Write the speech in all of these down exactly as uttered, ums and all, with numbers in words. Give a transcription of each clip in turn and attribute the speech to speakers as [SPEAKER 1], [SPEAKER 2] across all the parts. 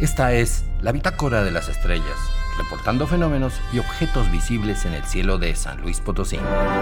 [SPEAKER 1] Esta es la Bitácora de las Estrellas, reportando fenómenos y objetos visibles en el cielo de San Luis Potosí.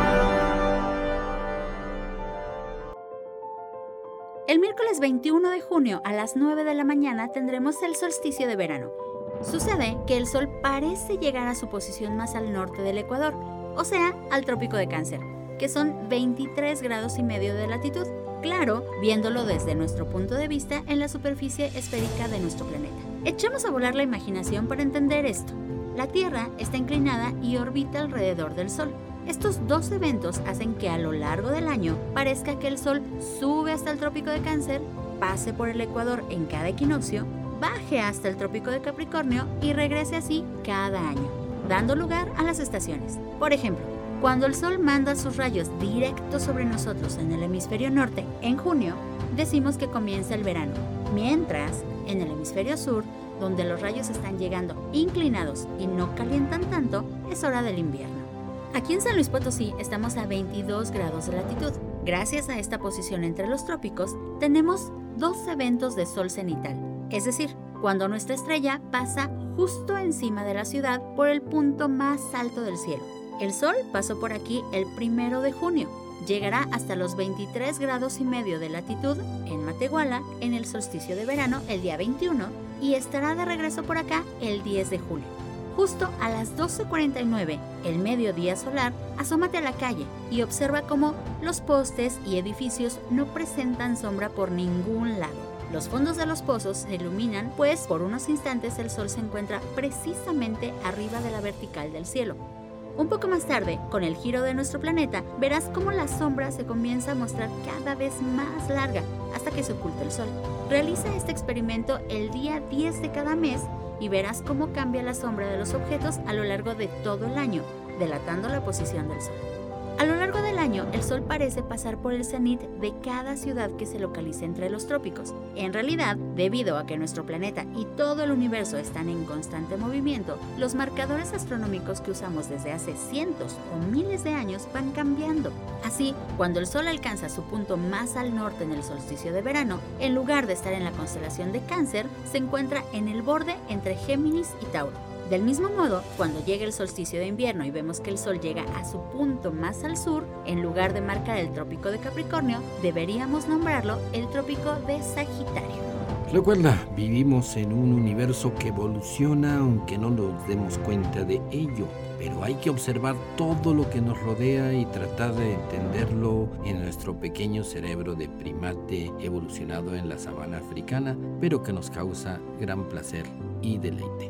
[SPEAKER 2] El miércoles veintiuno de junio a las nueve de la mañana tendremos el solsticio de verano. Sucede que el Sol parece llegar a su posición más al norte del Ecuador, o sea, al Trópico de Cáncer, que son veintitrés grados y medio de latitud. Claro, viéndolo desde nuestro punto de vista en la superficie esférica de nuestro planeta. Echemos a volar la imaginación para entender esto. La Tierra está inclinada y orbita alrededor del Sol. Estos dos eventos hacen que a lo largo del año parezca que el Sol sube hasta el Trópico de Cáncer, pase por el Ecuador en cada equinoccio, baje hasta el Trópico de Capricornio y regrese así cada año, dando lugar a las estaciones. Por ejemplo, cuando el Sol manda sus rayos directo sobre nosotros en el hemisferio norte en junio, decimos que comienza el verano, mientras en el hemisferio sur, donde los rayos están llegando inclinados y no calientan tanto, es hora del invierno. Aquí en San Luis Potosí estamos a veintidós grados de latitud. Gracias a esta posición entre los trópicos, tenemos dos eventos de sol cenital, es decir, cuando nuestra estrella pasa justo encima de la ciudad por el punto más alto del cielo. El Sol pasó por aquí el primero de junio. Llegará hasta los veintitrés grados y medio de latitud en Matehuala en el solsticio de verano el día veintiuno y estará de regreso por acá el diez de julio. Justo a las doce cuarenta y nueve, el mediodía solar, asómate a la calle y observa cómo los postes y edificios no presentan sombra por ningún lado. Los fondos de los pozos se iluminan, pues por unos instantes el Sol se encuentra precisamente arriba de la vertical del cielo. Un poco más tarde, con el giro de nuestro planeta, verás cómo la sombra se comienza a mostrar cada vez más larga hasta que se oculta el Sol. Realiza este experimento el día diez de cada mes y verás cómo cambia la sombra de los objetos a lo largo de todo el año, delatando la posición del Sol. A lo largo del año, el Sol parece pasar por el cenit de cada ciudad que se localice entre los trópicos. En realidad, debido a que nuestro planeta y todo el universo están en constante movimiento, los marcadores astronómicos que usamos desde hace cientos o miles de años van cambiando. Así, cuando el Sol alcanza su punto más al norte en el solsticio de verano, en lugar de estar en la constelación de Cáncer, se encuentra en el borde entre Géminis y Tauro. Del mismo modo, cuando llega el solsticio de invierno y vemos que el Sol llega a su punto más al sur, en lugar de marcar el Trópico de Capricornio, deberíamos nombrarlo el Trópico de Sagitario.
[SPEAKER 1] Recuerda, vivimos en un universo que evoluciona aunque no nos demos cuenta de ello, pero hay que observar todo lo que nos rodea y tratar de entenderlo en nuestro pequeño cerebro de primate evolucionado en la sabana africana, pero que nos causa gran placer y deleite.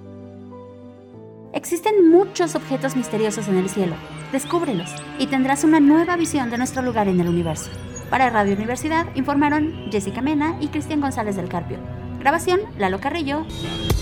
[SPEAKER 2] Existen muchos objetos misteriosos en el cielo. Descúbrelos y tendrás una nueva visión de nuestro lugar en el universo. Para Radio Universidad informaron Jessica Mena y Cristian González del Carpio. Grabación, Lalo Carrillo.